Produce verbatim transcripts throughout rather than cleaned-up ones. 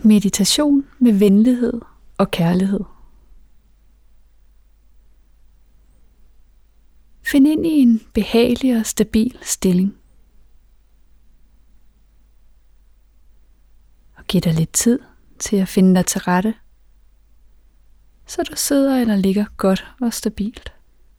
Meditation med venlighed og kærlighed. Find ind i en behagelig og stabil stilling. Og giv dig lidt tid til at finde dig til rette, så du sidder eller ligger godt og stabilt.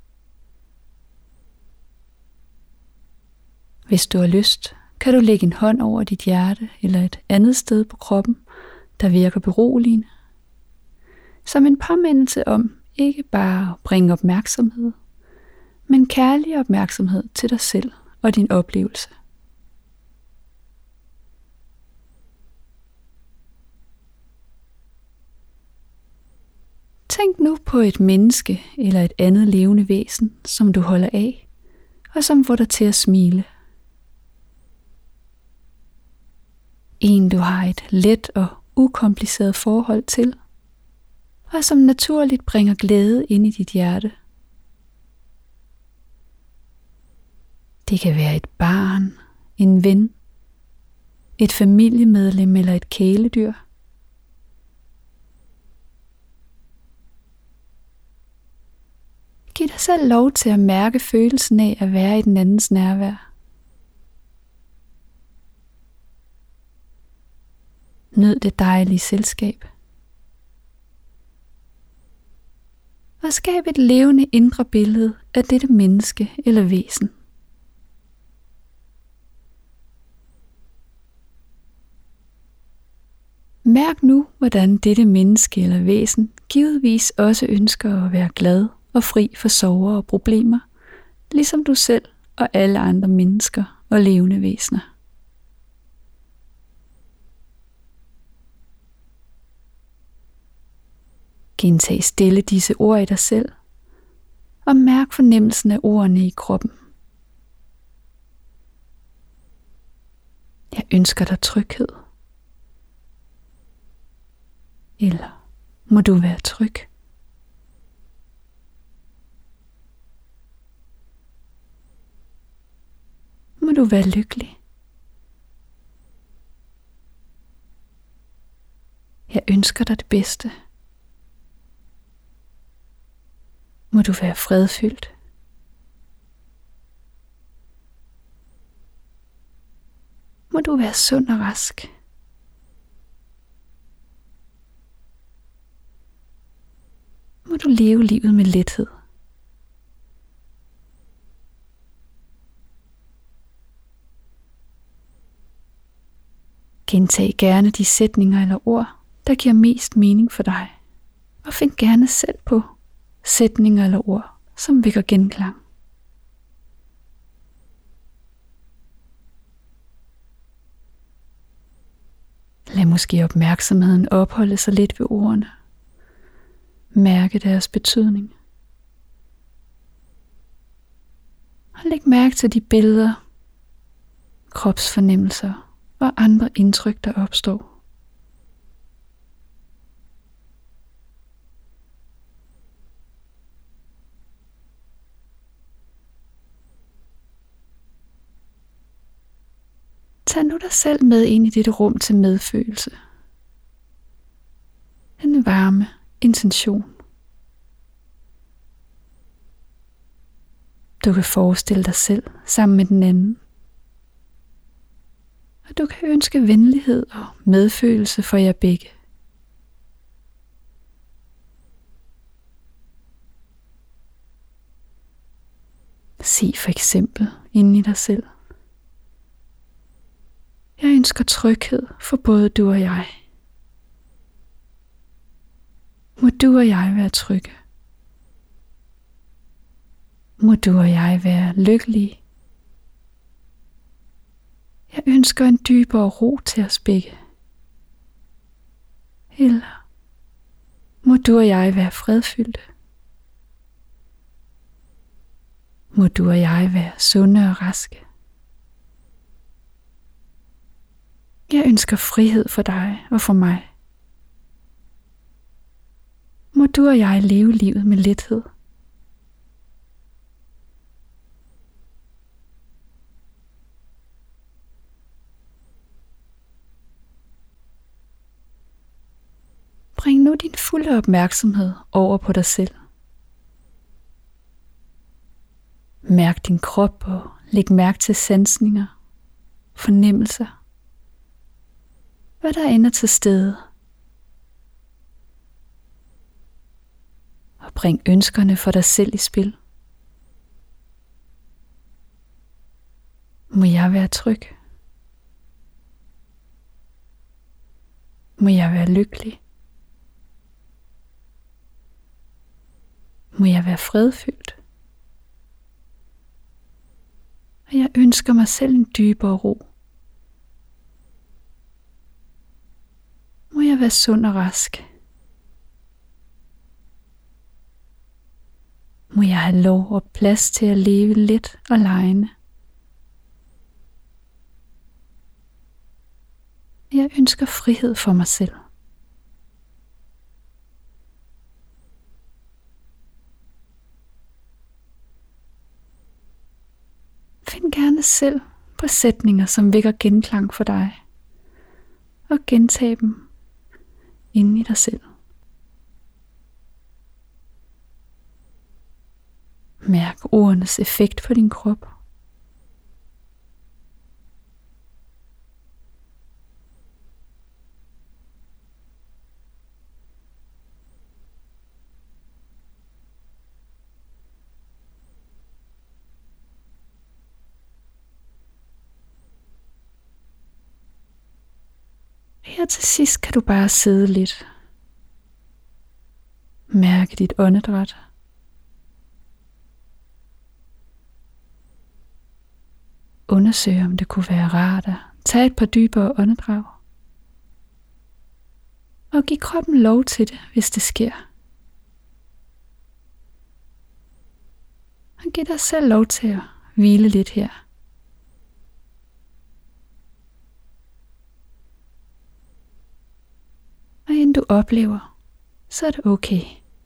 Hvis du har lyst, kan du lægge en hånd over dit hjerte eller et andet sted på kroppen, der virker beroligende, som en påmindelse om ikke bare at bringe opmærksomhed, men kærlig opmærksomhed til dig selv og din oplevelse. Tænk nu på et menneske eller et andet levende væsen, som du holder af, og som får dig til at smile. En du har et let og ukompliceret forhold til, og som naturligt bringer glæde ind i dit hjerte. Det kan være et barn, en ven, et familiemedlem eller et kæledyr. Giv dig selv lov til at mærke følelsen af at være i den andens nærvær. Nyd det dejlige selskab. Og skab et levende indre billede af dette menneske eller væsen. Mærk nu, hvordan dette menneske eller væsen givetvis også ønsker at være glad og fri for sorger og problemer, ligesom du selv og alle andre mennesker og levende væsener. Gentag stille disse ord i dig selv, og mærk fornemmelsen af ordene i kroppen. Jeg ønsker dig tryghed. Eller må du være tryg? Må du være lykkelig? Jeg ønsker dig det bedste. Må du være fredfyldt. Må du være sund og rask. Må du leve livet med lethed. Gentag gerne de sætninger eller ord, der giver mest mening for dig, og find gerne selv på sætninger eller ord, som vækker genklang. Lad måske opmærksomheden opholde sig lidt ved ordene. Mærke deres betydning. Og læg mærke til de billeder, kropsfornemmelser og andre indtryk, der opstår. Tag nu dig selv med ind i dette rum til medfølelse. En varme intention. Du kan forestille dig selv sammen med den anden. Og du kan ønske venlighed og medfølelse for jer begge. Sig for eksempel inde i dig selv: Jeg ønsker tryghed for både du og jeg. Må du og jeg være trygge. Må du og jeg være lykkelige. Jeg ønsker en dybere ro til os begge. Eller må du og jeg være fredfyldte. Må du og jeg være sunde og raske. Jeg ønsker frihed for dig og for mig. Må du og jeg leve livet med lethed. bring nu din fulde opmærksomhed over på dig selv. Mærk din krop og læg mærke til sansninger, fornemmelser, hvad der end er til stede. Og bring ønskerne for dig selv i spil. Må jeg være tryg? Må jeg være lykkelig? Må jeg være fredfyldt? Og jeg ønsker mig selv en dybere ro. Må jeg være sund og rask? Må jeg have lov og plads til at leve let og legende? Jeg ønsker frihed for mig selv. Find gerne selv på sætninger, som vækker genklang for dig, og gentag dem inde i dig selv. Mærk ordenes effekt på din krop. Her til sidst kan du bare sidde lidt. Mærke dit åndedræt. Undersøg, om det kunne være rart at tage et par dybere åndedrag. Og giv kroppen lov til det, hvis det sker. Og giv dig selv lov til at hvile lidt her. Og inden du oplever, så er det okay.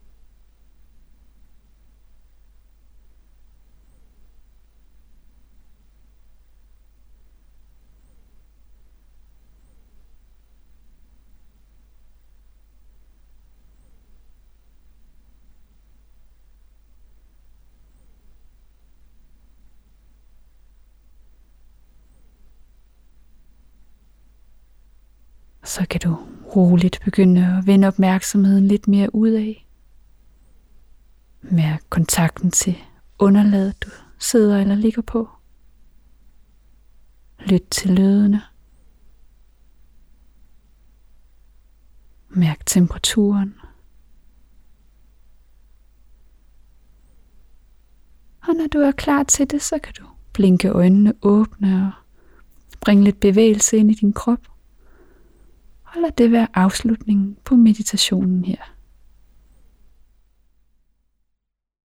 Så kan du roligt begynde at vende opmærksomheden lidt mere udad. Mærk kontakten til underlaget, du sidder eller ligger på. Lyt til lydene. Mærk temperaturen. Og når du er klar til det, så kan du blinke øjnene åbne og bringe lidt bevægelse ind i din krop. Og lad det være afslutningen på meditationen her.